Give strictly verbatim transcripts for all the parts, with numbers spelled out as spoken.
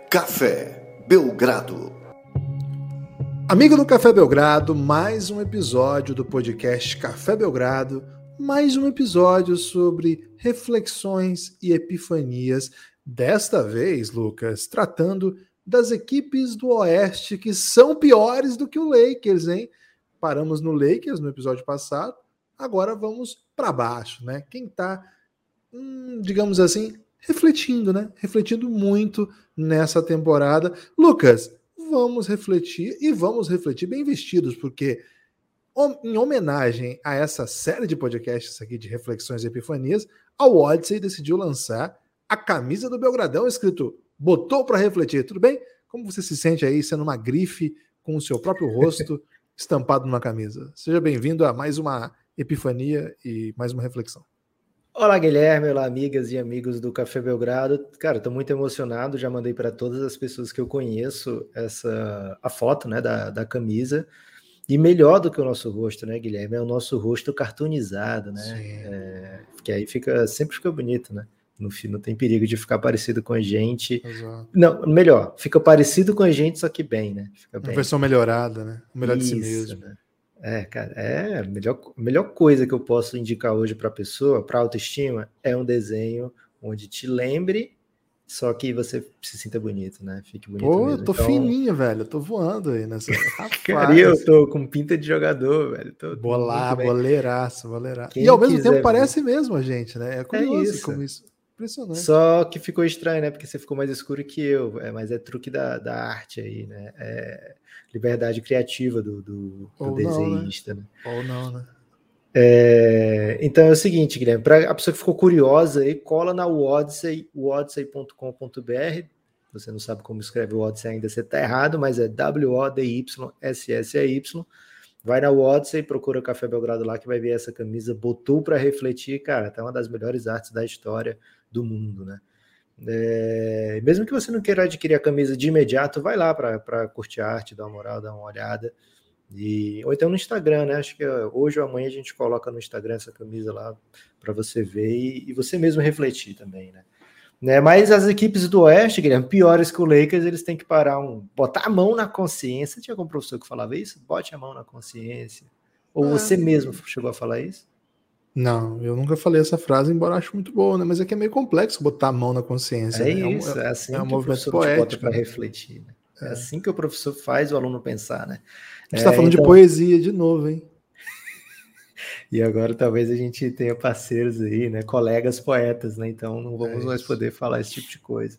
Café Belgrado. Amigo do Café Belgrado, mais um episódio do podcast Café Belgrado, mais um episódio sobre reflexões e epifanias, desta vez, Lucas, tratando das equipes do Oeste que são piores do que o Lakers, hein? Paramos no Lakers no episódio passado, agora vamos para baixo, né? Quem tá, hum, digamos assim, refletindo, né? Refletindo muito nessa temporada. Lucas, vamos refletir e vamos refletir bem vestidos, porque em homenagem a essa série de podcasts aqui de reflexões e epifanias, a Odyssey decidiu lançar a camisa do Belgradão escrito "Botou para refletir". Tudo bem? Como você se sente aí sendo uma grife com o seu próprio rosto estampado numa camisa? Seja bem-vindo a mais uma epifania e mais uma reflexão. Olá, Guilherme, olá, amigas e amigos do Café Belgrado. Cara, estou muito emocionado, já mandei para todas as pessoas que eu conheço essa, a foto, né, da, da camisa. E melhor do que o nosso rosto, né, Guilherme? É o nosso rosto cartoonizado, né? É, que aí fica, sempre fica bonito, né? No fim, não tem perigo de ficar parecido com a gente. Exato. Não, melhor, fica parecido com a gente, só que bem, né? Fica bem. Uma versão melhorada, né? O melhor Isso, de si mesmo. né? É, cara, é a melhor, melhor coisa que eu posso indicar hoje para a pessoa, para autoestima, é um desenho onde te lembre, só que você se sinta bonito, né? Fique bonito Pô, mesmo. eu tô Então, fininho, velho. Eu tô voando aí nessa. cara, e eu tô com pinta de jogador, velho. Tô, tô Bolar, muito bem. boleiraço, boleiraço. Quem E ao mesmo quiser tempo parece mesmo a gente, né? É curioso isso. como isso. Impressionante. Só que ficou estranho, né? Porque você ficou mais escuro que eu. É, mas é truque da, da arte aí, né? É liberdade criativa do, do, do Ou desenhista, não, né? né? Ou não, né? É, então é o seguinte, Guilherme, para a pessoa que ficou curiosa, aí, cola na Odyssey, odyssey ponto com ponto b r. Você não sabe como escreve o Odyssey ainda, você tá errado, mas é W O D Y S S E Y. Vai na Odyssey, procura o Café Belgrado lá que vai ver essa camisa, botou para refletir, cara, tá uma das melhores artes da história do mundo, né? É, mesmo que você não queira adquirir a camisa de imediato, vai lá para curtir a arte, dar uma moral, dar uma olhada. E, ou então no Instagram, né? Acho que hoje ou amanhã a gente coloca no Instagram essa camisa lá para você ver e, e você mesmo refletir também, né? né? Mas as equipes do Oeste, Guilherme, piores que o Lakers, eles têm que parar um, botar a mão na consciência. Tinha algum professor que falava isso? Bote a mão na consciência. Ou É. você mesmo chegou a falar isso? Não, eu nunca falei essa frase, embora acho muito boa, né? Mas é que é meio complexo botar a mão na consciência, É né? isso, é, um, é assim é um que o movimento professor te bota para né? refletir. Né? É. é assim que o professor faz o aluno pensar, né? A gente está é, falando então... de poesia de novo, hein? E agora talvez a gente tenha parceiros aí, né? Colegas poetas, né? Então não vamos é mais poder falar esse tipo de coisa.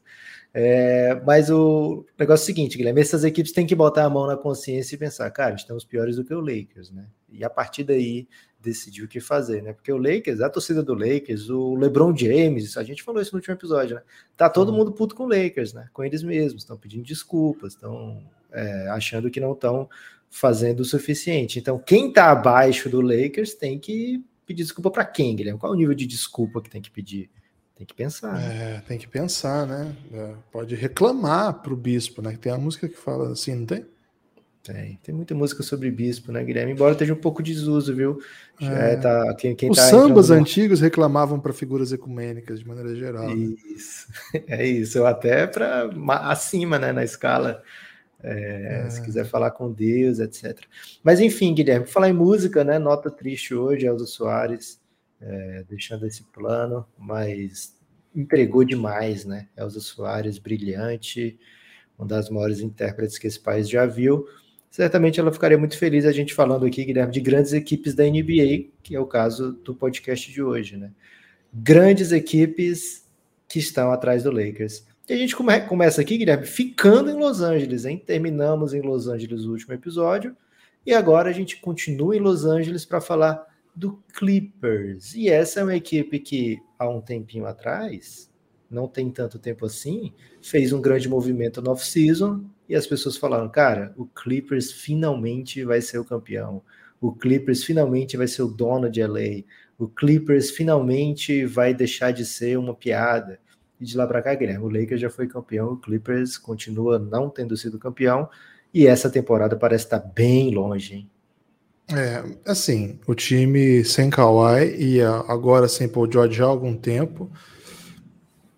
É, mas o negócio é o seguinte, Guilherme, essas equipes têm que botar a mão na consciência e pensar, cara, estamos piores do que o Lakers, né? E a partir daí decidir o que fazer, né? Porque o Lakers, a torcida do Lakers, o LeBron James, a gente falou isso no último episódio, né? Tá todo mundo puto com o Lakers, né? Com eles mesmos, estão pedindo desculpas, estão é, achando que não estão fazendo o suficiente. Então, quem tá abaixo do Lakers tem que pedir desculpa para quem, Guilherme? Qual é o nível de desculpa que tem que pedir? Tem que pensar. Né? É, tem que pensar, né? É, pode reclamar pro bispo, né? Tem a música que fala assim, não tem? Tem, tem muita música sobre bispo, né, Guilherme? Embora esteja um pouco desuso, viu? É, é, tá, quem, quem os tá sambas no... antigos reclamavam para figuras ecumênicas de maneira geral. Isso, né? É isso. Até para acima, né, na escala. É, é. Se quiser falar com Deus, etcétera. Mas enfim, Guilherme, falar em música, né? Nota triste hoje, Elza Soares, é, deixando esse plano, mas entregou demais, né? Elza Soares, brilhante, uma das maiores intérpretes que esse país já viu. Certamente ela ficaria muito feliz a gente falando aqui, Guilherme, de grandes equipes da N B A, que é o caso do podcast de hoje, né? Grandes equipes que estão atrás do Lakers. E a gente come, começa aqui, Guilherme, ficando em Los Angeles, hein? Terminamos em Los Angeles o último episódio, e agora a gente continua em Los Angeles para falar do Clippers. E essa é uma equipe que, há um tempinho atrás, não tem tanto tempo assim, fez um grande movimento no off-season, e as pessoas falaram, cara, o Clippers finalmente vai ser o campeão, o Clippers finalmente vai ser o dono de L A, o Clippers finalmente vai deixar de ser uma piada. E de lá para cá, Guilherme, o Lakers já foi campeão, o Clippers continua não tendo sido campeão, e essa temporada parece estar bem longe, hein? É, assim, o time sem Kawhi e agora sem Paul George há algum tempo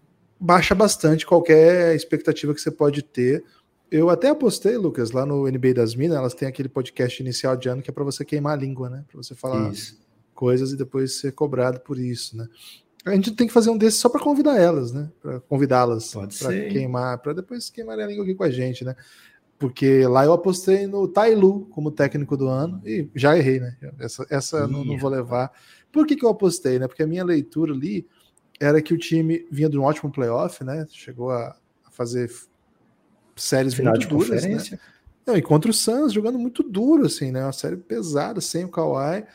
baixa bastante qualquer expectativa que você pode ter. Eu até apostei, Lucas, lá no N B A das Minas, elas têm aquele podcast inicial de ano que é para você queimar a língua, né? Para você falar Isso. coisas e depois ser cobrado por isso, né? A gente tem que fazer um desses só para convidar elas, né? Para convidá-las para queimar, para depois queimar a língua aqui com a gente, né? Porque lá eu apostei no Ty Lue como técnico do ano e já errei, né? Essa, essa não, não vou levar. Por que, que eu apostei, né? Porque a minha leitura ali era que o time vinha de um ótimo playoff, né? Chegou a, a fazer séries Final muito de duras, conferência. né? Não, e contra o Suns, jogando muito duro, assim, né? Uma série pesada, sem o Kawhi.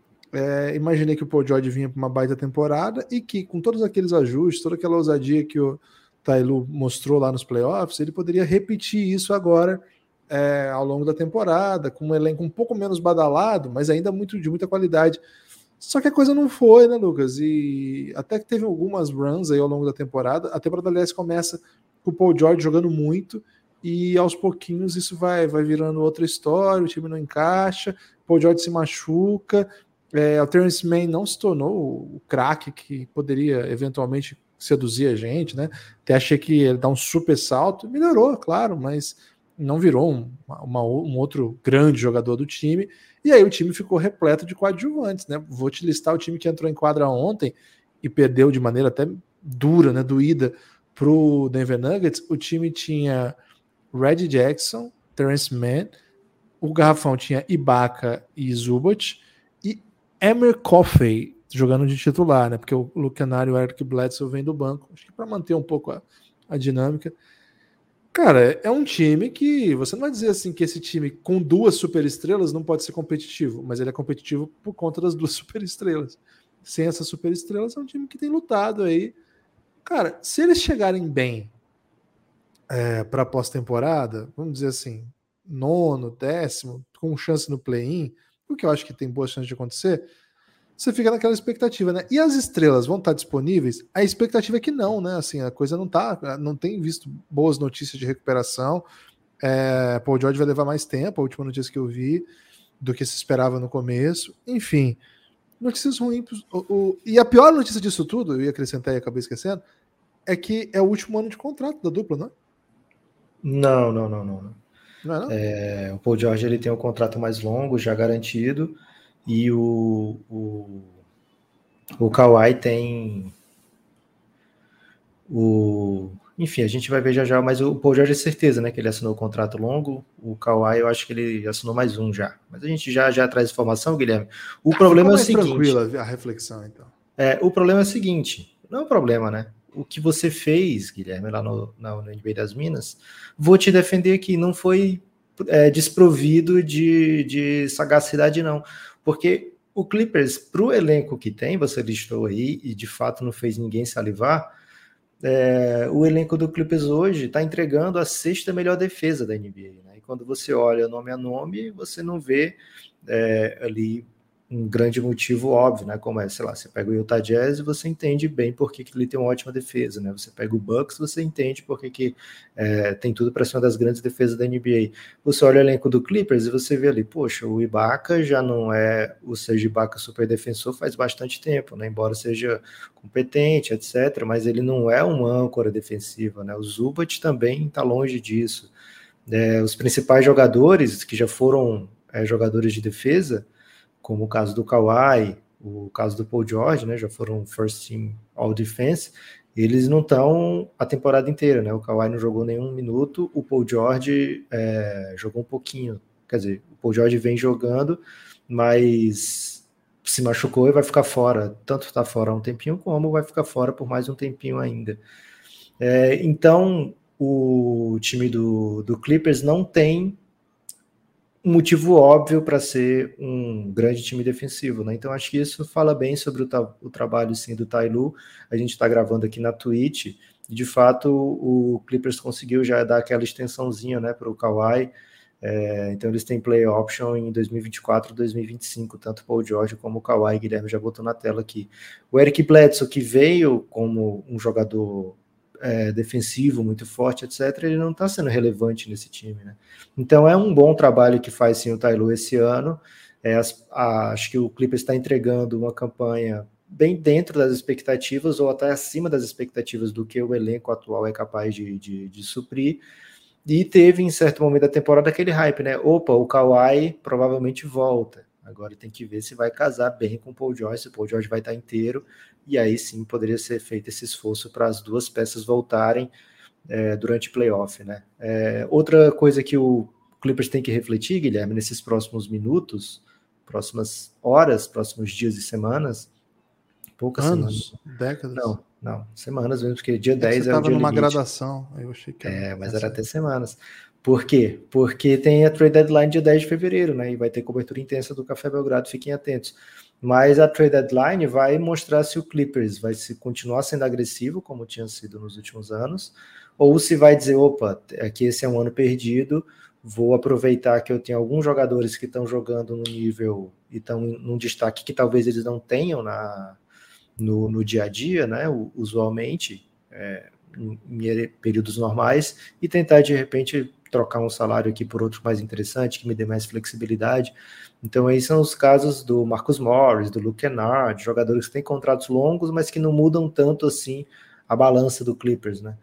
É, imaginei que o Paul George vinha para uma baita temporada e que, com todos aqueles ajustes, toda aquela ousadia que o Ty Lue mostrou lá nos playoffs, ele poderia repetir isso agora é, ao longo da temporada, com um elenco um pouco menos badalado, mas ainda muito de muita qualidade. Só que a coisa não foi, né, Lucas? E até que teve algumas runs aí ao longo da temporada. A temporada, aliás, começa com o Paul George jogando muito e aos pouquinhos isso vai, vai virando outra história, o time não encaixa, o Paul George se machuca, é, o Terrence Mann não se tornou o craque que poderia eventualmente seduzir a gente, né? Até achei que ele dá um super salto, melhorou, claro, mas não virou um, uma, um outro grande jogador do time. E aí o time ficou repleto de coadjuvantes, né? Vou te listar o time que entrou em quadra ontem e perdeu de maneira até dura, né? Doída pro Denver Nuggets. O time tinha Reggie Jackson, Terrence Mann, o garrafão tinha Ibaka e Zubac e Amir Coffey jogando de titular, né? Porque o Luke Kennard e o Eric Bledsoe vêm do banco, acho que para manter um pouco a, a dinâmica. Cara, é um time que você não vai dizer assim que esse time com duas superestrelas não pode ser competitivo, mas ele é competitivo por conta das duas superestrelas. Sem essas superestrelas, é um time que tem lutado aí. Cara, se eles chegarem bem é, para a pós-temporada, vamos dizer assim, nono, décimo, com chance no play-in, o que eu acho que tem boa chance de acontecer, você fica naquela expectativa, né? E as estrelas vão estar disponíveis? A expectativa é que não, né? Assim, a coisa não tá, não tem visto boas notícias de recuperação. É, Paul George vai levar mais tempo, a última notícia que eu vi, do que se esperava no começo. Enfim, notícias ruins. O, o, e a pior notícia disso tudo, eu ia acrescentar e acabei esquecendo, é que é o último ano de contrato da dupla, não é? Não, não, não, não. Não é, não? É, o Paul George ele tem um contrato mais longo, já garantido, e o, o, o Kawhi tem o... Enfim, a gente vai ver já já, mas o Paul George é certeza, né, que ele assinou o contrato longo, o Kawhi eu acho que ele assinou mais um já. Mas a gente já, já traz informação, Guilherme. O Tá, problema é o mais seguinte... tranquila a reflexão, então. É, o problema é o seguinte, não é um problema, né? O que você fez, Guilherme, lá no, no, no N B A das Minas, vou te defender aqui, não foi é, desprovido de, de sagacidade, não. Porque o Clippers, para o elenco que tem, você listou aí, e de fato não fez ninguém salivar, é, o elenco do Clippers hoje está entregando a sexta melhor defesa da N B A. Né? E quando você olha nome a nome, você não vê é, ali um grande motivo óbvio, né? Como é, sei lá, você pega o Utah Jazz e você entende bem por que, que ele tem uma ótima defesa, né? Você pega o Bucks, você entende por que, que é, tem tudo para ser uma das grandes defesas da N B A. Você olha o elenco do Clippers e você vê ali, poxa, o Ibaka já não é o Serge Ibaka super defensor faz bastante tempo, né? Embora seja competente, etcétera, mas ele não é uma âncora defensiva, né? O Zubac também está longe disso. É, os principais jogadores que já foram é, jogadores de defesa, como o caso do Kawhi, o caso do Paul George, né, já foram First Team All Defense, eles não estão a temporada inteira, né, o Kawhi não jogou nenhum minuto, o Paul George é, jogou um pouquinho, quer dizer, o Paul George vem jogando, mas se machucou e vai ficar fora, tanto está fora há um tempinho, como vai ficar fora por mais um tempinho ainda. É, então, o time do, do Clippers não tem um motivo óbvio para ser um grande time defensivo, né? Então acho que isso fala bem sobre o, ta- o trabalho sim do Ty Lue. A gente está gravando aqui na Twitch e de fato o Clippers conseguiu já dar aquela extensãozinha, né, para o Kawhi. É, então eles têm play option em dois mil e vinte e quatro, dois mil e vinte e cinco, tanto o Paul George como o Kawhi. Guilherme já botou na tela aqui. O Eric Bledsoe, que veio como um jogador É, defensivo, muito forte, etcétera, ele não está sendo relevante nesse time, né? Então é um bom trabalho que faz sim o Ty Lue esse ano. É, as, a, acho que o Clippers está entregando uma campanha bem dentro das expectativas ou até acima das expectativas do que o elenco atual é capaz de, de, de suprir. E teve, em certo momento da temporada, aquele hype, né? Opa, o Kawhi provavelmente volta. Agora tem que ver se vai casar bem com o Paul George, se o Paul George vai estar inteiro, e aí sim poderia ser feito esse esforço para as duas peças voltarem é, durante o playoff, né? É, outra coisa que o Clippers tem que refletir, Guilherme, nesses próximos minutos, próximas horas, próximos dias e semanas, poucas Anos, semanas. décadas. Não, não, semanas mesmo, porque dia é dez você é o estava dia numa limite. gradação, eu achei que era. É, mas era até semanas. Por quê? Porque tem a trade deadline dia dez de fevereiro, né? E vai ter cobertura intensa do Café Belgrado, fiquem atentos. Mas a trade deadline vai mostrar se o Clippers vai se continuar sendo agressivo, como tinha sido nos últimos anos, ou se vai dizer, opa, aqui esse é um ano perdido, vou aproveitar que eu tenho alguns jogadores que estão jogando no nível e estão num destaque que talvez eles não tenham na, no, no dia a dia, né? Usualmente, é, em períodos normais, e tentar de repente trocar um salário aqui por outro mais interessante, que me dê mais flexibilidade. Então aí são os casos do Marcus Morris, do Luke Kennard, jogadores que têm contratos longos, mas que não mudam tanto assim a balança do Clippers, né?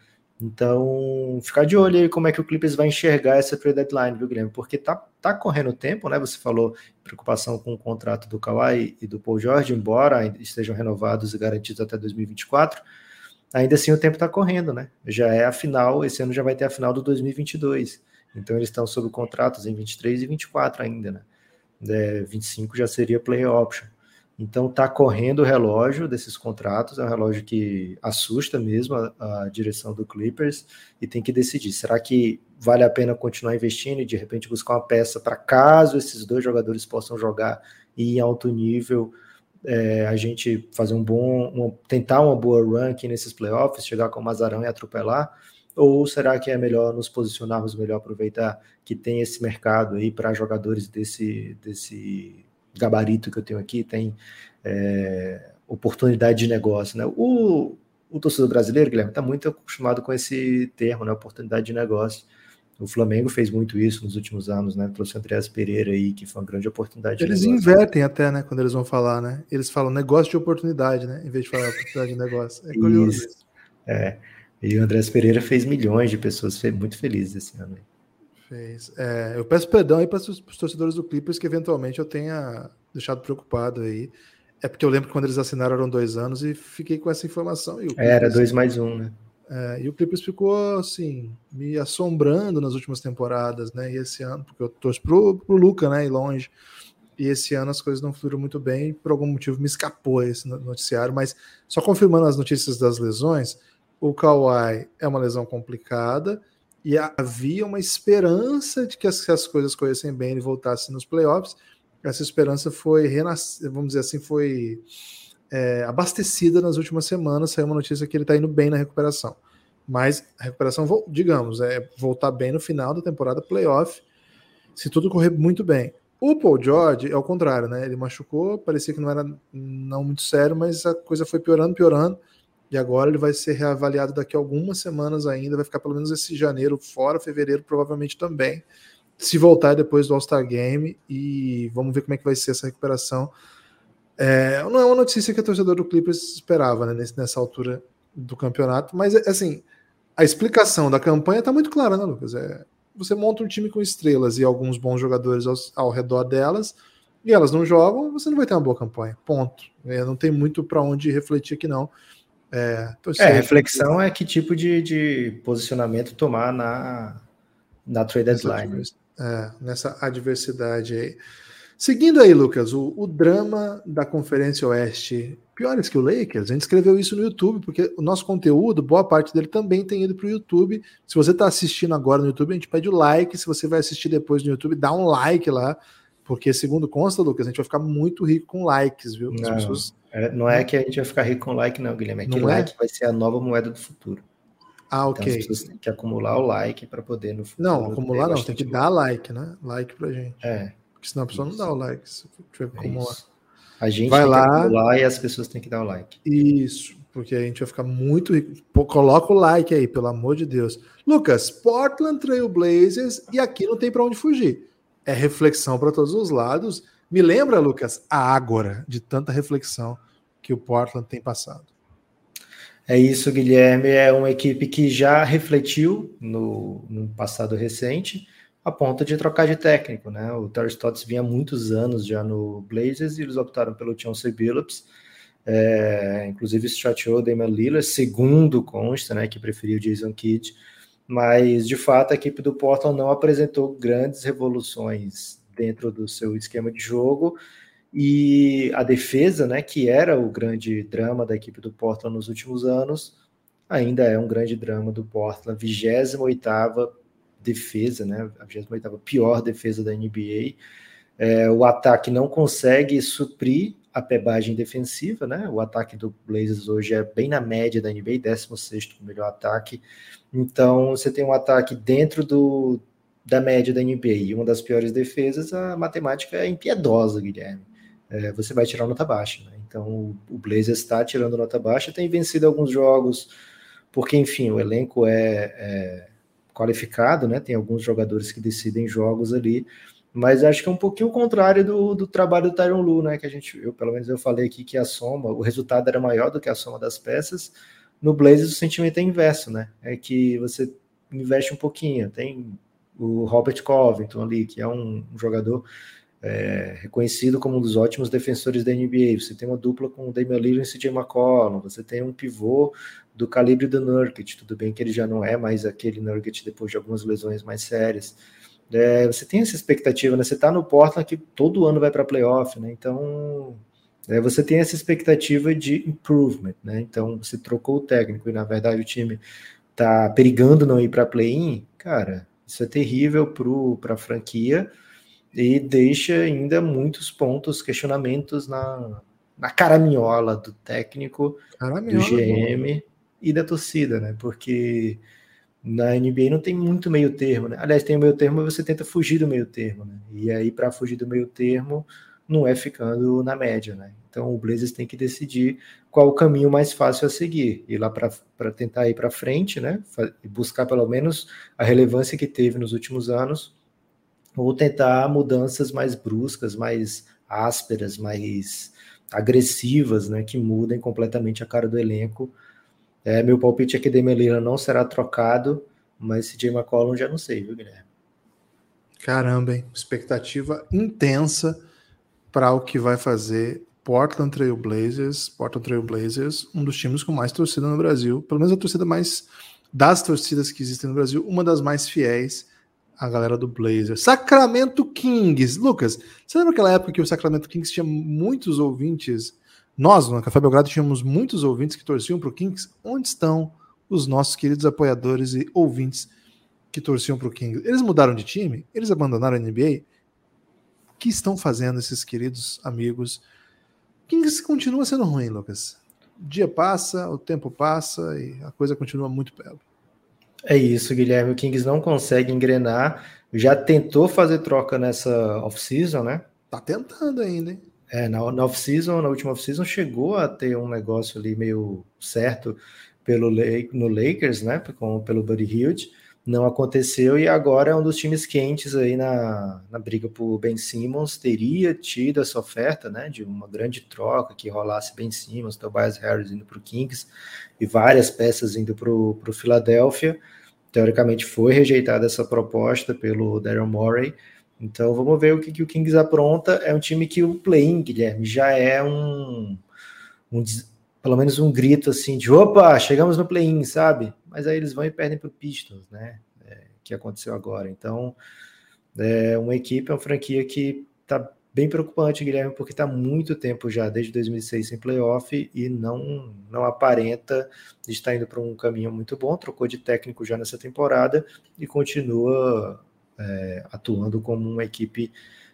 Então, ficar de olho aí como é que o Clippers vai enxergar essa trade deadline, viu, Guilherme? Porque tá, tá correndo tempo, né? Você falou preocupação com o contrato do Kawhi e do Paul George, embora estejam renovados e garantidos até dois mil e vinte e quatro, ainda assim o tempo está correndo, né? Já é a final, esse ano já vai ter a final do dois mil e vinte e dois. Então eles estão sob contratos em vinte e três e vinte e quatro ainda, né? É, vinte e cinco já seria play option. Então está correndo o relógio desses contratos, é um relógio que assusta mesmo a, a direção do Clippers e tem que decidir, será que vale a pena continuar investindo e de repente buscar uma peça para caso esses dois jogadores possam jogar e em alto nível, É, a gente fazer um bom, uma, tentar uma boa run aqui nesses playoffs, chegar com o Mazarão e atropelar, ou será que é melhor nos posicionarmos melhor, aproveitar que tem esse mercado aí para jogadores desse, desse gabarito que eu tenho aqui, tem é, oportunidade de negócio, né? O, o torcedor brasileiro, Guilherme, está muito acostumado com esse termo, né? Oportunidade de negócio. O Flamengo fez muito isso nos últimos anos, né? Trouxe o Andreas Pereira aí, que foi uma grande oportunidade eles de negócio. Eles invertem até, né? Quando eles vão falar, né? Eles falam negócio de oportunidade, né? Em vez de falar oportunidade de negócio. É curioso isso. isso. É. E o Andreas Pereira fez milhões de pessoas muito felizes esse ano. Fez. É, eu peço perdão aí para os torcedores do Clippers que eventualmente eu tenha deixado preocupado aí. É porque eu lembro que quando eles assinaram eram dois anos e fiquei com essa informação. E o Clippers, era dois mais um, né? É, e o Clippers ficou, assim, me assombrando nas últimas temporadas, né? E esse ano, porque eu torço pro, pro Luka, né? E longe. E esse ano as coisas não fluíram muito bem. Por algum motivo me escapou esse noticiário. Mas só confirmando as notícias das lesões, o Kawhi é uma lesão complicada e havia uma esperança de que as, que as coisas corressem bem e voltassem nos playoffs. Essa esperança foi, renas... vamos dizer assim, foi... É, abastecida nas últimas semanas. Saiu uma notícia que ele está indo bem na recuperação, mas a recuperação, digamos, é voltar bem no final da temporada playoff, se tudo correr muito bem. O Paul George é o contrário, né? Ele machucou, parecia que não era não muito sério, mas a coisa foi piorando, piorando, e agora ele vai ser reavaliado daqui a algumas semanas ainda, vai ficar pelo menos esse janeiro fora, fevereiro provavelmente também, se voltar depois do All-Star Game, e vamos ver como é que vai ser essa recuperação. É, não é uma notícia que o torcedor do Clippers esperava, né, nessa altura do campeonato, mas assim, a explicação da campanha está muito clara, né, Lucas? É, você monta um time com estrelas e alguns bons jogadores ao, ao redor delas, e elas não jogam, você não vai ter uma boa campanha, ponto. É, não tem muito para onde refletir aqui, não. É, é a reflexão que... é que tipo de, de posicionamento tomar na, na trade deadline. Nessa, é, nessa adversidade aí. Seguindo aí, Lucas, o, o drama da Conferência Oeste, piores que o Lakers, a gente escreveu isso no YouTube, porque o nosso conteúdo, boa parte dele também tem ido para o YouTube. Se você está assistindo agora no YouTube, a gente pede o like. Se você vai assistir depois no YouTube, dá um like lá, porque segundo consta, Lucas, a gente vai ficar muito rico com likes, viu? As não, pessoas... é, não é que a gente vai ficar rico com like, não, Guilherme. É que não like é? vai ser a nova moeda do futuro. Ah, ok. Então as pessoas têm que acumular o like para poder no futuro. Não, acumular não, tem que dar like, né? Like pra gente. É. Porque senão a pessoa isso. não dá o like. Se tiver que acumular. É a gente vai tem lá, que acumular e as pessoas têm que dar o like. Isso, porque a gente vai ficar muito rico. Pô, coloca o like aí, pelo amor de Deus. Lucas, Portland Trail Blazers, e aqui não tem para onde fugir. É reflexão para todos os lados. Me lembra, Lucas, a Ágora, de tanta reflexão. que o Portland tem passado. É isso, Guilherme. É uma equipe que já refletiu no, no passado recente, a ponto de trocar de técnico, né? O Terry Stotts vinha há muitos anos já no Blazers e eles optaram pelo Chauncey Billups. É, inclusive estrateou Damian Lillard, segundo consta, né, que preferiu Jason Kidd, mas de fato a equipe do Portland não apresentou grandes revoluções dentro do seu esquema de jogo, e a defesa, né, que era o grande drama da equipe do Portland nos últimos anos, ainda é um grande drama do Portland, vigésima oitava defesa, né, a vigésima oitava pior defesa da N B A. É, o ataque não consegue suprir a pebagem defensiva, né? O ataque do Blazers hoje é bem na média da N B A, décimo sexto melhor ataque. Então, você tem um ataque dentro do, da média da N B A e uma das piores defesas, a matemática é impiedosa, Guilherme. É, você vai tirar nota baixa, né? Então, o Blazers está tirando nota baixa, tem vencido alguns jogos, porque, enfim, o elenco é, é qualificado, né? Tem alguns jogadores que decidem jogos ali, mas acho que é um pouquinho o contrário do, do trabalho do Tyronn Lue, né? Que a gente, eu, pelo menos eu falei aqui que a soma, o resultado era maior do que a soma das peças. No Blazers o sentimento é inverso, né? É que você investe um pouquinho. Tem o Robert Covington ali, que é um, um jogador é, reconhecido como um dos ótimos defensores da N B A. Você tem uma dupla com o Damian Lillard e C J McCollum. Você tem um pivô do calibre do Nurkic. Tudo bem que ele já não é mais aquele Nurkic depois de algumas lesões mais sérias. É, você tem essa expectativa, né? Você está no Portland que todo ano vai para playoff, né? Então é, você tem essa expectativa de improvement, né? Então você trocou o técnico e na verdade o time está perigando não ir para play-in, cara, isso é terrível para a franquia e deixa ainda muitos pontos, questionamentos na, na caraminhola do técnico, Caraminhola, do G M e da torcida, né? Porque na N B A não tem muito meio termo, né? Aliás, tem o meio termo, mas você tenta fugir do meio termo, né? E aí, para fugir do meio termo, não é ficando na média, né? Então, o Blazers tem que decidir qual o caminho mais fácil a seguir. Ir lá para tentar ir para frente, né? Buscar pelo menos a relevância que teve nos últimos anos, ou tentar mudanças mais bruscas, mais ásperas, mais agressivas, né? Que mudem completamente a cara do elenco. É, meu palpite é que Damian Lillard não será trocado, mas C J McCollum já não sei, viu, Guilherme? Caramba, hein? Expectativa intensa para o que vai fazer Portland Trail Blazers. Portland Trail Blazers, um dos times com mais torcida no Brasil, pelo menos a torcida mais das torcidas que existem no Brasil, uma das mais fiéis à galera do Blazers. Sacramento Kings. Lucas, você lembra aquela época que o Sacramento Kings tinha muitos ouvintes? Nós, no Café Belgrado, tínhamos muitos ouvintes que torciam para o Kings. Onde estão os nossos queridos apoiadores e ouvintes que torciam para o Kings? Eles mudaram de time? Eles abandonaram a N B A? O que estão fazendo esses queridos amigos? Kings continua sendo ruim, Lucas. O dia passa, o tempo passa e a coisa continua muito bela. É isso, Guilherme. O Kings não consegue engrenar. Já tentou fazer troca nessa off-season, né? Tá tentando ainda, hein? É, na, na off-season, na última off-season, chegou a ter um negócio ali meio certo pelo, no Lakers, né? Com, pelo Buddy Hield. Não aconteceu e agora é um dos times quentes aí na, na briga por Ben Simmons. Teria tido essa oferta, né, de uma grande troca que rolasse Ben Simmons, Tobias Harris indo para o Kings e várias peças indo para o Philadelphia. Teoricamente foi rejeitada essa proposta pelo Daryl Morey. Então vamos ver o que, que o Kings apronta. É um time que o play-in, Guilherme, já é um, um pelo menos um grito assim de opa, chegamos no play-in, sabe? Mas aí eles vão e perdem para o Pistons, né? É, que aconteceu agora. Então, é uma equipe, é uma franquia que está bem preocupante, Guilherme, porque está muito tempo já, desde dois mil e seis, sem playoff e não, não aparenta estar indo para um caminho muito bom. Trocou de técnico já nessa temporada e continua é, atuando como uma equipe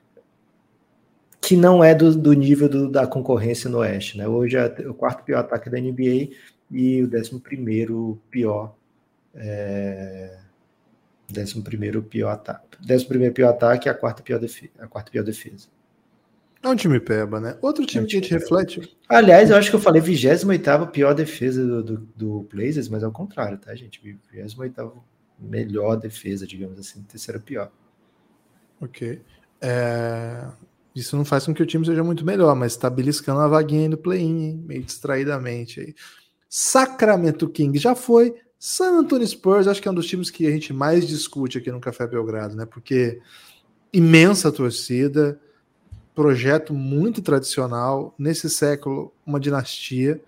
que não é do, do nível do, da concorrência no Oeste, né? Hoje é o quarto pior ataque da N B A e o décimo primeiro pior é, décimo primeiro pior ataque. Décimo primeiro pior ataque e a quarta pior defesa. A quarta pior defesa. É um time peba, né? Outro time, é um time que a gente reflete. Aliás, eu acho que eu falei vigésima oitava pior defesa do, do, do Blazers, mas é o contrário, tá, gente? vigésima oitava melhor defesa, digamos assim, terceira pior. Ok. É... Isso não faz com que o time seja muito melhor, mas está beliscando a vaguinha aí no play-in, hein? Meio distraidamente aí. Sacramento Kings já foi. San Antonio Spurs, acho que é um dos times que a gente mais discute aqui no Café Belgrado, né? Porque imensa torcida, projeto muito tradicional, nesse século, uma dinastia.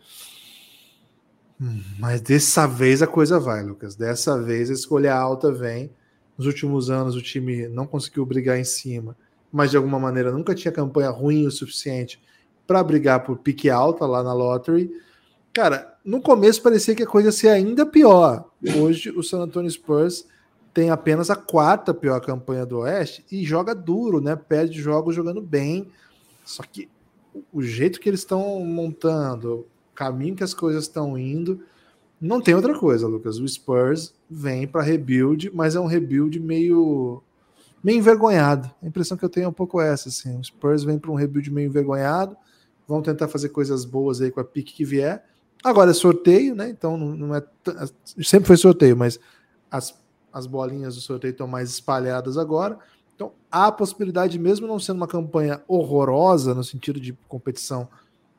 Mas dessa vez a coisa vai, Lucas. Dessa vez a escolha alta vem. Nos últimos anos o time não conseguiu brigar em cima, mas de alguma maneira nunca tinha campanha ruim o suficiente para brigar por pique alta lá na lottery. Cara, no começo parecia que a coisa ia ser ainda pior. Hoje o San Antonio Spurs tem apenas a quarta pior campanha do Oeste e joga duro, né? Perde jogos jogando bem. Só que o jeito que eles estão montando, o caminho que as coisas estão indo, não tem outra coisa, Lucas. O Spurs vem para rebuild, mas é um rebuild meio meio envergonhado. A impressão que eu tenho é um pouco essa, assim. O Spurs vem para um rebuild meio envergonhado, vão tentar fazer coisas boas aí com a pique que vier. Agora é sorteio, né? Então não, não é t... sempre foi sorteio, mas as, as bolinhas do sorteio estão mais espalhadas agora. Então há a possibilidade, mesmo não sendo uma campanha horrorosa no sentido de competição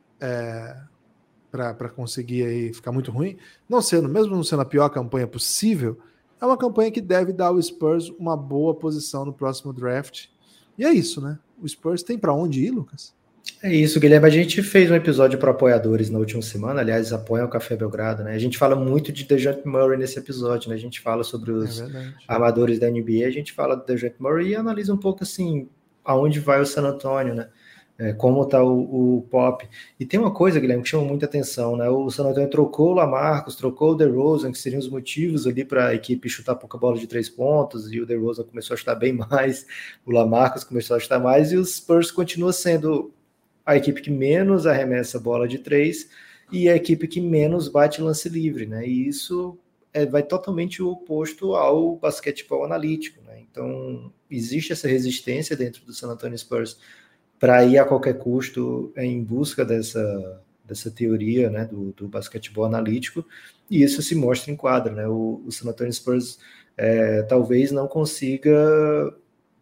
é, para conseguir aí ficar muito ruim, não sendo, mesmo não sendo a pior campanha possível, é uma campanha que deve dar ao Spurs uma boa posição no próximo draft. E é isso, né? O Spurs tem para onde ir, Lucas? É isso, Guilherme. A gente fez um episódio para apoiadores na última semana, aliás, apoiam o Café Belgrado, né? A gente fala muito de DeJounte Murray nesse episódio, né? A gente fala sobre os é armadores da N B A, a gente fala do DeJounte Murray e analisa um pouco, assim, aonde vai o San Antonio, né? É, como tá o, o Pop. E tem uma coisa, Guilherme, que chama muita atenção, né? O San Antonio trocou o LaMarcus, trocou o DeRozan, que seriam os motivos ali para a equipe chutar pouca bola de três pontos, e o DeRozan começou a chutar bem mais, o LaMarcus começou a chutar mais, e os Spurs continuam sendo a equipe que menos arremessa bola de três e a equipe que menos bate lance livre, né? E isso é, vai totalmente o oposto ao basquetebol analítico, né? Então, existe essa resistência dentro do San Antonio Spurs para ir a qualquer custo em busca dessa, dessa teoria, né, do, do basquetebol analítico, e isso se mostra em quadro, né? O, o San Antonio Spurs é, talvez não consiga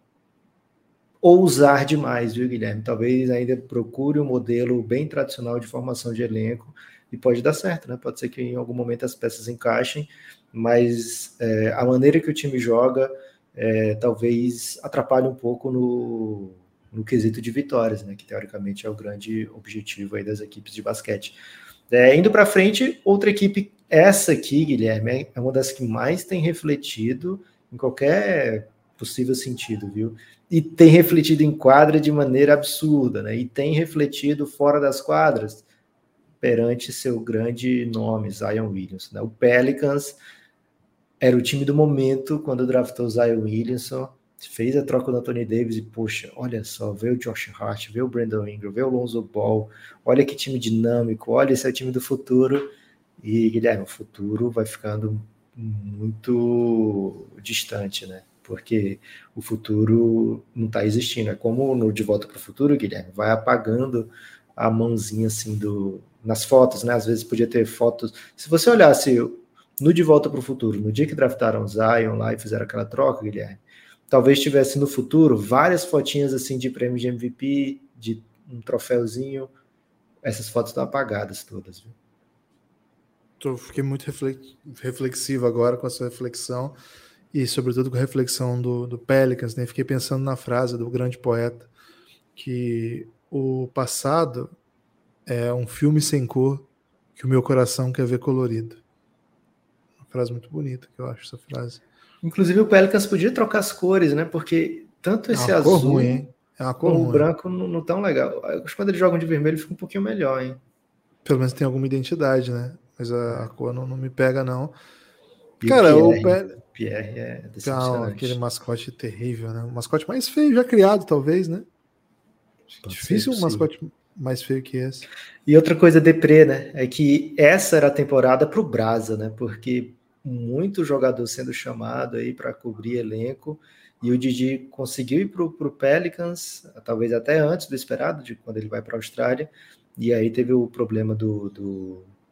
ousar demais, viu, Guilherme? Talvez ainda procure um modelo bem tradicional de formação de elenco e pode dar certo, né? Pode ser que em algum momento as peças encaixem, mas é, a maneira que o time joga é, talvez atrapalhe um pouco no, no quesito de vitórias, né? Que teoricamente é o grande objetivo aí das equipes de basquete. É, indo para frente, outra equipe, essa aqui, Guilherme, é uma das que mais tem refletido em qualquer possível sentido, viu? E tem refletido em quadra de maneira absurda, né? E tem refletido fora das quadras perante seu grande nome, Zion Williamson, né? O Pelicans era o time do momento quando draftou o Zion Williamson, fez a troca do Anthony Davis e, poxa, olha só, veio o Josh Hart, veio o Brandon Ingram, veio o Lonzo Ball, olha que time dinâmico, olha, esse é o time do futuro. E, Guilherme, o futuro vai ficando muito distante, né? Porque o futuro não está existindo. É como no De Volta para o Futuro, Guilherme, vai apagando a mãozinha assim do, nas fotos, né? Às vezes podia ter fotos. Se você olhasse no De Volta para o Futuro, no dia que draftaram o Zion lá e fizeram aquela troca, Guilherme, talvez tivesse no futuro várias fotinhas assim de prêmio de M V P, de um troféuzinho. Essas fotos estão apagadas todas, viu? Eu fiquei muito reflexivo agora com essa reflexão. E sobretudo com a reflexão do, do Pelicans, né? Fiquei pensando na frase do grande poeta que o passado é um filme sem cor que o meu coração quer ver colorido. Uma frase muito bonita, que eu acho essa frase. Inclusive o Pelicans podia trocar as cores, né? Porque tanto esse é uma azul cor ruim, hein? É uma cor como ruim. O branco não, não tão legal. Acho que quando eles jogam de vermelho fica um pouquinho melhor, hein? Pelo menos tem alguma identidade, né? Mas a, a cor não, não me pega, não. E Cara, o Pierre, o Pe... Pierre é decepcionante. Aquele mascote terrível, né? O mascote mais feio já criado, talvez, né? Pode Difícil um mascote mais feio que esse. E outra coisa deprê, né? É que essa era a temporada pro Brasa, né? Porque muito jogador sendo chamado aí para cobrir elenco e o Didi conseguiu ir pro, pro Pelicans, talvez até antes do esperado, de quando ele vai para a Austrália, e aí teve o problema do, do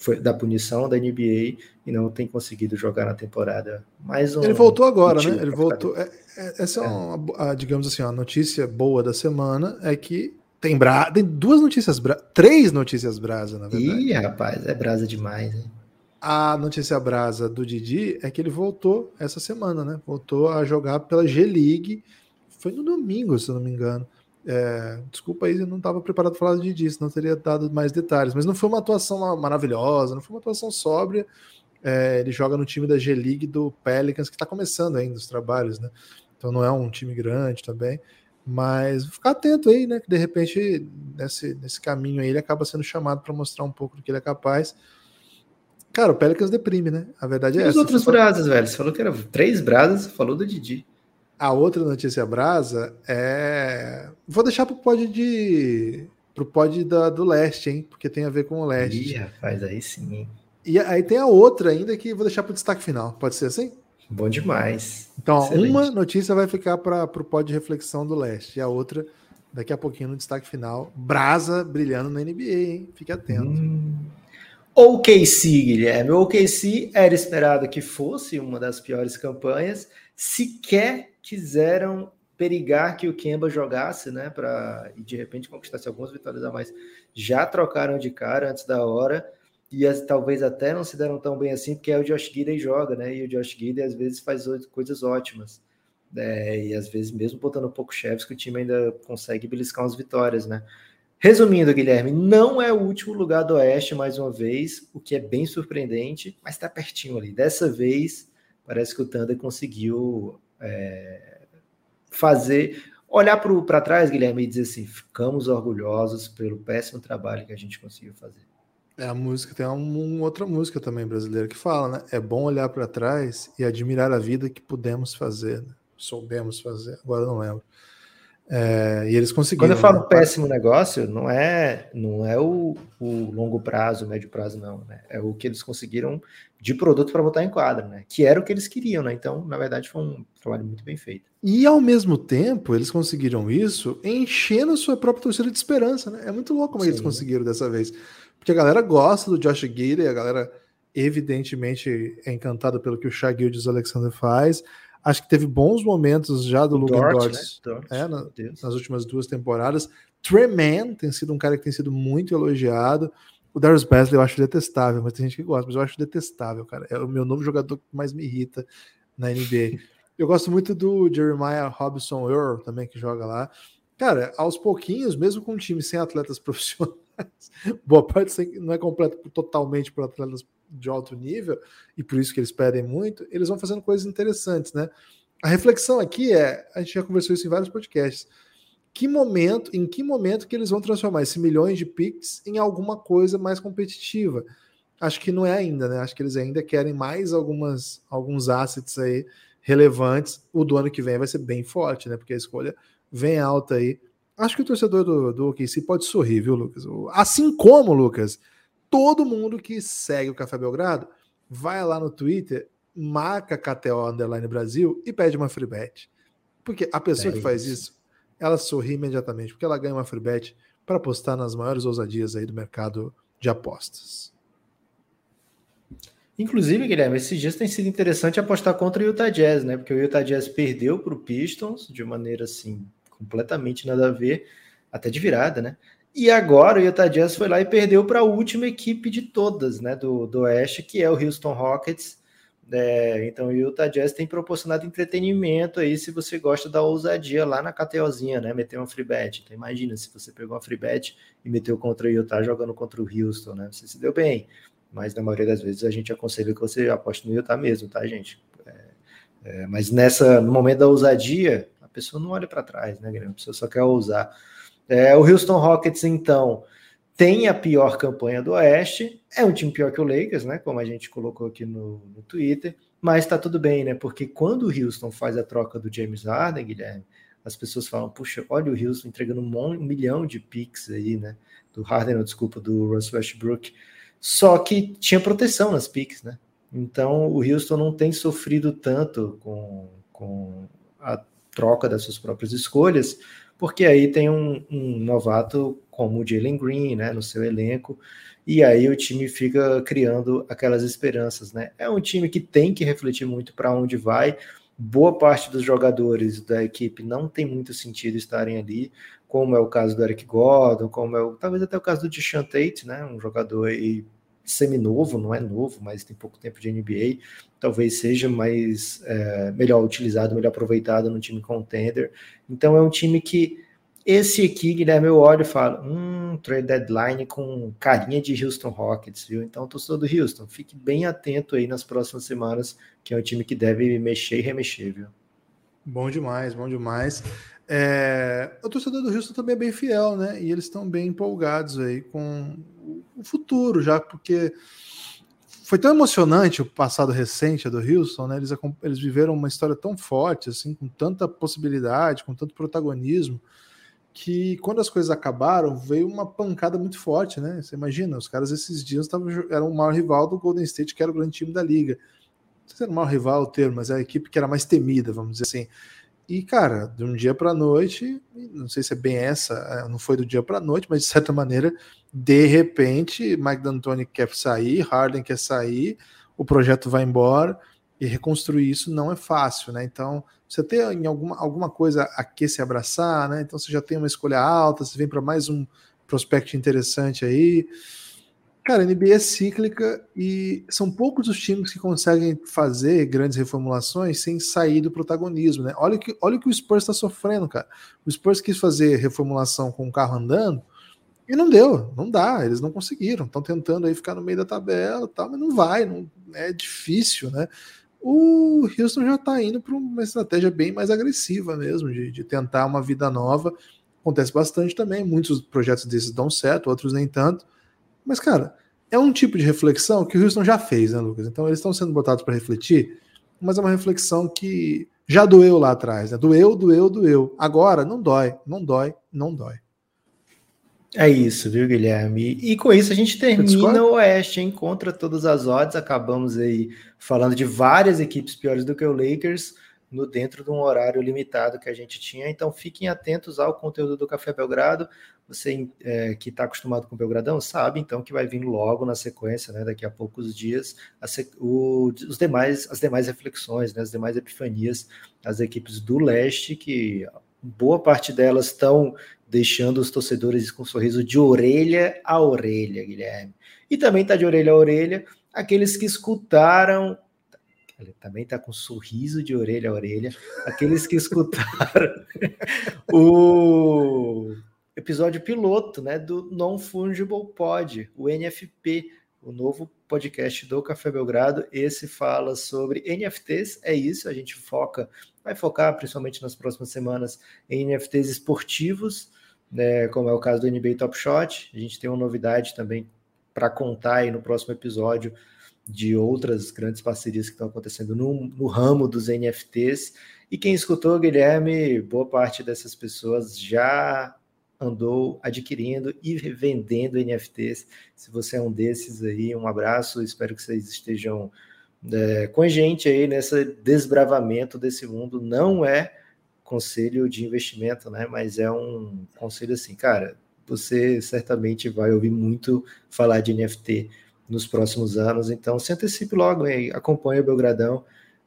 foi da punição da N B A e não tem conseguido jogar na temporada. Mais um Ele voltou agora, né? Ele pra voltou. ficar- É, é, essa é, uma, a, digamos assim, a notícia boa da semana é que tem, bra... tem duas notícias, bra... três notícias brasa, na verdade. Ih, rapaz, é brasa demais, hein? A notícia brasa do Didi é que ele voltou essa semana, né? Voltou a jogar pela G-League. Foi no domingo, se eu não me engano. É, desculpa aí, eu não estava preparado para falar do Didi, senão teria dado mais detalhes. Mas não foi uma atuação maravilhosa, não foi uma atuação sóbria. É, ele joga no time da G-League do Pelicans, que está começando ainda os trabalhos, né? Então não é um time grande também. Mas ficar atento aí, né? Que de repente, nesse, nesse caminho aí, ele acaba sendo chamado para mostrar um pouco do que ele é capaz. Cara, o Pelicans deprime, né? A verdade é E os essa. outros Só- brasas, velho? Você falou que eram três brasas, falou do Didi. A outra notícia brasa é. Vou deixar pro pod de. Pro pod da, do leste, hein? Porque tem a ver com o Ih, leste. rapaz, aí sim. E aí tem a outra ainda que vou deixar pro destaque final. Pode ser assim? Bom demais. Então, ó, Excelente. uma notícia vai ficar para o pod de reflexão do leste. E a outra, daqui a pouquinho, no destaque final. Brasa brilhando na N B A, hein? Fique atento. Hum. O K C, Guilherme. O K C era esperado que fosse uma das piores campanhas. Sequer quiseram perigar que o Kemba jogasse, né? Para e de repente conquistasse algumas vitórias a mais. Já trocaram de cara antes da hora. E as, talvez até não se deram tão bem assim, porque é o Josh Giddey joga, né? E o Josh Giddey às vezes faz coisas ótimas. É, e às vezes, mesmo botando um pouco chefes, que o time ainda consegue beliscar umas vitórias, né? Resumindo, Guilherme, não é o último lugar do Oeste mais uma vez, o que é bem surpreendente, mas está pertinho ali. Dessa vez, parece que o Thunder conseguiu é, fazer, olhar para trás, Guilherme, e dizer assim, ficamos orgulhosos pelo péssimo trabalho que a gente conseguiu fazer. É a música, tem uma, uma outra música também brasileira que fala, né? É bom olhar para trás e admirar a vida que pudemos fazer, né? Soubemos fazer, agora eu não lembro. É, e eles conseguiram. Quando eu falo né? péssimo negócio, não é, não é o, o longo prazo, o médio prazo, não, né? É o que eles conseguiram de produto para botar em quadra, né? Que era o que eles queriam, né? Então, na verdade, foi um trabalho muito bem feito. E ao mesmo tempo, eles conseguiram isso enchendo a sua própria torcida de esperança, né? É muito louco como Sim. eles conseguiram dessa vez. Porque a galera gosta do Josh Giddey, a galera evidentemente é encantada pelo que o Shai Gilgeous-Alexander faz. Acho que teve bons momentos já do Luka Dort, né? Dort é, na, meu Deus. nas últimas duas temporadas. Trey Mann tem sido um cara que tem sido muito elogiado. O Darius Bazley eu acho detestável, mas tem gente que gosta, mas eu acho detestável, cara. É o meu novo jogador que mais me irrita na N B A. Eu gosto muito do Jeremiah Robinson Earl também, que joga lá. Cara, aos pouquinhos, mesmo com um time sem atletas profissionais, boa parte não é completo totalmente por atletas de alto nível, e por isso que eles pedem muito, eles vão fazendo coisas interessantes, né? A reflexão aqui é, a gente já conversou isso em vários podcasts, que momento, em que momento que eles vão transformar esses milhões de picks em alguma coisa mais competitiva? Acho que não é ainda, né? Acho que eles ainda querem mais algumas, alguns assets aí relevantes. O do ano que vem vai ser bem forte, né? Porque a escolha vem alta aí. Acho que o torcedor do, do O K C pode sorrir, viu, Lucas? Assim como, Lucas, todo mundo que segue o Café Belgrado vai lá no Twitter, marca K T O Underline Brasil e pede uma free bet. Porque a pessoa É que faz isso. isso, ela sorri imediatamente, porque ela ganha uma free bet para apostar nas maiores ousadias aí do mercado de apostas. Inclusive, Guilherme, esses dias tem sido interessante apostar contra o Utah Jazz, né? Porque o Utah Jazz perdeu para o Pistons de maneira assim completamente nada a ver, até de virada, né? E agora o Utah Jazz foi lá e perdeu para a última equipe de todas, né? Do, do Oeste, que é o Houston Rockets. É, então o Utah Jazz tem proporcionado entretenimento aí se você gosta da ousadia lá na KTOzinha, né? Meter uma free bet. Então imagina se você pegou uma free bet e meteu contra o Utah jogando contra o Houston, né? Você se deu bem. Mas na maioria das vezes a gente aconselha que você aposte no Utah mesmo, tá, gente? É, é, mas nessa, no momento da ousadia, a pessoa não olha para trás, né, Guilherme? A pessoa só quer ousar. É, o Houston Rockets, então, tem a pior campanha do Oeste, é um time pior que o Lakers, né? Como a gente colocou aqui no, no Twitter, mas tá tudo bem, né? Porque quando o Houston faz a troca do James Harden, Guilherme, as pessoas falam, puxa, olha o Houston entregando um, mon- um milhão de picks aí, né? Do Harden, não, desculpa, do Russell Westbrook. Só que tinha proteção nas picks, né? Então o Houston não tem sofrido tanto com, com a troca das suas próprias escolhas, porque aí tem um, um novato como o Jalen Green, né, no seu elenco, e aí o time fica criando aquelas esperanças, né? É um time que tem que refletir muito para onde vai. Boa parte dos jogadores da equipe não tem muito sentido estarem ali, como é o caso do Eric Gordon, como é o, talvez até o caso do Deshaun Tate, né? Um jogador aí seminovo, não é novo, mas tem pouco tempo de N B A, talvez seja mais é, melhor utilizado, melhor aproveitado no time contender. Então é um time que esse aqui, Guilherme, eu olho e falo, hum, trade deadline com carinha de Houston Rockets, viu? Então, torcedor do Houston, fique bem atento aí nas próximas semanas, que é um time que deve mexer e remexer, viu? Bom demais, bom demais. É, o torcedor do Houston também é bem fiel, né? E eles estão bem empolgados aí com o futuro, já porque foi tão emocionante o passado recente do Houston, né? Eles, eles viveram uma história tão forte, assim, com tanta possibilidade, com tanto protagonismo, que quando as coisas acabaram, veio uma pancada muito forte, né? Você imagina, os caras esses dias tavam, eram o maior rival do Golden State, que era o grande time da liga. Não sei se era o maior rival o termo, mas é a equipe que era mais temida, vamos dizer assim. E, cara, de um dia para a noite, não sei se é bem essa, não foi do dia para a noite, mas de certa maneira, de repente, Mike D'Antoni quer sair, Harden quer sair, o projeto vai embora, e reconstruir isso não é fácil, né? Então, você tem em alguma, alguma coisa a que se abraçar, né? Então, você já tem uma escolha alta, você vem para mais um prospect interessante aí. Cara, a N B A é cíclica e são poucos os times que conseguem fazer grandes reformulações sem sair do protagonismo, né? Olha, que, olha o que o Spurs está sofrendo, cara. O Spurs quis fazer reformulação com o carro andando e não deu, não dá, eles não conseguiram. Estão tentando aí ficar no meio da tabela, tal, mas não vai, não, é difícil, né? O Houston já está indo para uma estratégia bem mais agressiva mesmo, de, de tentar uma vida nova. Acontece bastante também, muitos projetos desses dão certo, outros nem tanto. Mas, cara, é um tipo de reflexão que o Houston já fez, né, Lucas? Então eles estão sendo botados para refletir, mas é uma reflexão que já doeu lá atrás, né? Doeu, doeu, doeu. Agora não dói, não dói, não dói. É isso, viu, Guilherme? E com isso a gente termina o Oeste, hein? Contra todas as odds. Acabamos aí falando de várias equipes piores do que o Lakers, no dentro de um horário limitado que a gente tinha. Então fiquem atentos ao conteúdo do Café Belgrado. Você é, que está acostumado com o Belgradão sabe, então, que vai vir logo na sequência, né, daqui a poucos dias, a sec... o, os demais, as demais reflexões, né, as demais epifanias, as equipes do leste, que boa parte delas estão deixando os torcedores com um sorriso de orelha a orelha, Guilherme. E também está de orelha a orelha aqueles que escutaram, ele também está com um sorriso de orelha a orelha, aqueles que escutaram o episódio piloto, né, do Non-Fungible Pod, o N F P, o novo podcast do Café Belgrado. Esse fala sobre N F Ts, é isso, a gente foca, vai focar principalmente nas próximas semanas em N F Ts esportivos, né, como é o caso do N B A Top Shot. A gente tem uma novidade também para contar aí no próximo episódio de outras grandes parcerias que estão acontecendo no, no ramo dos N F Ts. E quem escutou, Guilherme, boa parte dessas pessoas já andou adquirindo e vendendo N F Ts. Se você é um desses aí, um abraço, espero que vocês estejam é, com a gente aí nesse desbravamento desse mundo. Não é conselho de investimento, né? Mas é um conselho assim, cara, você certamente vai ouvir muito falar de N F T nos próximos anos, então se antecipe logo, hein? Acompanhe o Belgradão.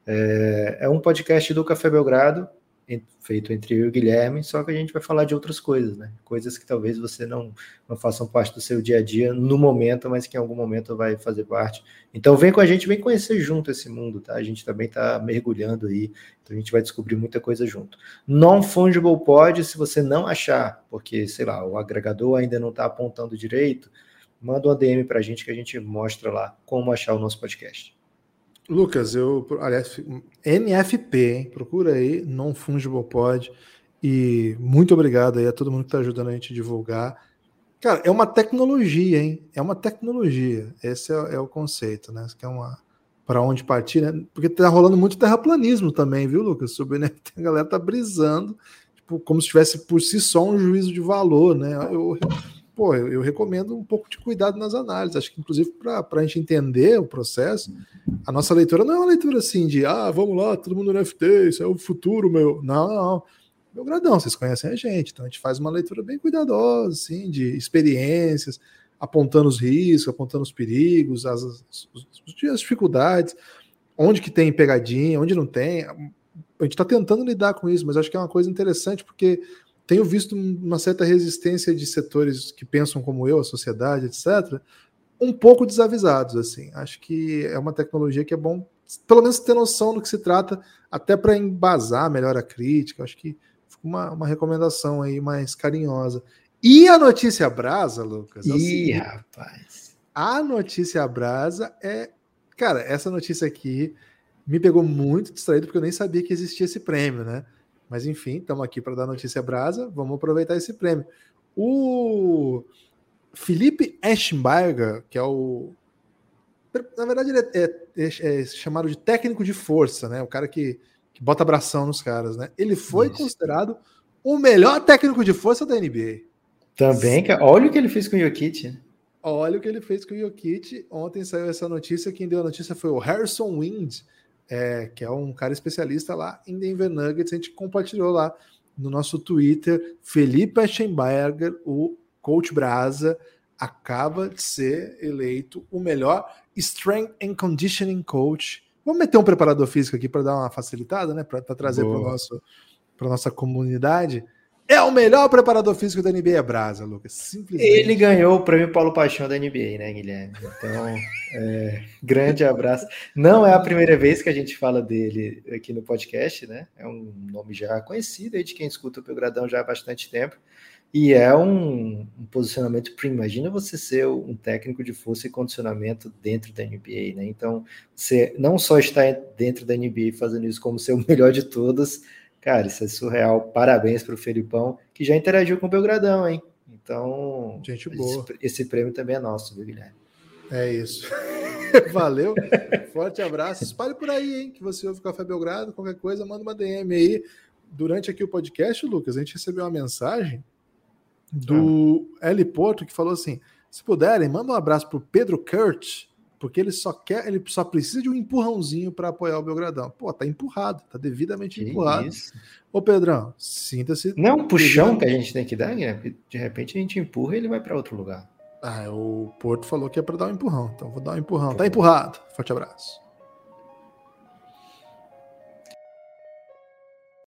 É, é um podcast do Café Belgrado, feito entre eu e o Guilherme, só que a gente vai falar de outras coisas, né? Coisas que talvez você não, não façam parte do seu dia a dia no momento, mas que em algum momento vai fazer parte. Então vem com a gente, vem conhecer junto esse mundo, tá? A gente também tá mergulhando aí, então a gente vai descobrir muita coisa junto. Non-Fungible Pod, se você não achar, porque, sei lá, o agregador ainda não tá apontando direito, manda uma D M pra gente que a gente mostra lá como achar o nosso podcast. Lucas, eu, aliás, N F P, hein? Procura aí, Non-Fungible Pod, e muito obrigado aí a todo mundo que está ajudando a gente a divulgar. Cara, é uma tecnologia, hein? É uma tecnologia, esse é, é o conceito, né? Que é uma, para onde partir, né? Porque tá rolando muito terraplanismo também, viu, Lucas? Sobre N F T, a galera tá brisando, tipo, como se tivesse por si só um juízo de valor, né? Eu, pô, eu, eu recomendo um pouco de cuidado nas análises, acho que inclusive para a gente entender o processo, a nossa leitura não é uma leitura assim de, ah, vamos lá, todo mundo no N F T, isso é o futuro, meu. Não, não. Belgradão, vocês conhecem a gente, então a gente faz uma leitura bem cuidadosa, assim, de experiências, apontando os riscos, apontando os perigos, as, as, as dificuldades, onde que tem pegadinha, onde não tem. A gente está tentando lidar com isso, mas acho que é uma coisa interessante, porque tenho visto uma certa resistência de setores que pensam como eu, a sociedade, etcétera, um pouco desavisados, assim. Acho que é uma tecnologia que é bom, pelo menos, ter noção do que se trata, até para embasar melhor a crítica. Acho que fica uma, uma recomendação aí mais carinhosa. E a notícia brasa, Lucas? É Ih, seguinte, rapaz. A notícia brasa é... Cara, essa notícia aqui me pegou muito distraído, porque eu nem sabia que existia esse prêmio, né? Mas, enfim, estamos aqui para dar notícia brasa, vamos aproveitar esse prêmio. O Felipe Eschenberger, que é o... Na verdade, ele é, é, é chamado de técnico de força, né? O cara que, que bota abração nos caras, né? Ele foi Isso. considerado o melhor técnico de força da N B A. Também, cara. Olha o que ele fez com o Jokic. Olha o que ele fez com o Jokic. Ontem saiu essa notícia. Quem deu a notícia foi o Harrison Wind, é, que é um cara especialista lá em Denver Nuggets. A gente compartilhou lá no nosso Twitter. Felipe Eschenberger, o coach Brasa, acaba de ser eleito o melhor Strength and Conditioning Coach. Vamos meter um preparador físico aqui para dar uma facilitada, né? Para trazer para nosso para nossa comunidade. É o melhor preparador físico da N B A, Brasa, Lucas. Simplesmente. Ele ganhou o prêmio Paulo Paixão da N B A, né, Guilherme? Então, é, grande abraço. Não é a primeira vez que a gente fala dele aqui no podcast, né? É um nome já conhecido aí de quem escuta o Belgradão já há bastante tempo. E é um, um posicionamento primo. Imagina você ser um técnico de força e condicionamento dentro da N B A, né? Então, você não só está dentro da N B A fazendo isso como ser o melhor de todos, cara, isso é surreal. Parabéns para o Felipão, que já interagiu com o Belgradão, hein? Então, gente boa. Esse, esse prêmio também é nosso, viu, Guilherme? É isso. Valeu. Forte abraço. Espalhe por aí, hein? Que você ouve o Café Belgrado. Qualquer coisa, manda uma D M aí. Durante aqui o podcast, Lucas, a gente recebeu uma mensagem do ah. L Porto, que falou assim: se puderem, manda um abraço pro Pedro Kurt, porque ele só quer, ele só precisa de um empurrãozinho para apoiar o Belgradão. Pô, tá empurrado, tá devidamente que empurrado. Isso? Ô Pedrão, sinta-se. Não é um puxão que a gente tem que dar, né? De repente a gente empurra e ele vai para outro lugar. Ah, o Porto falou que é para dar um empurrão, então vou dar um empurrão. Tá empurrado. Forte abraço.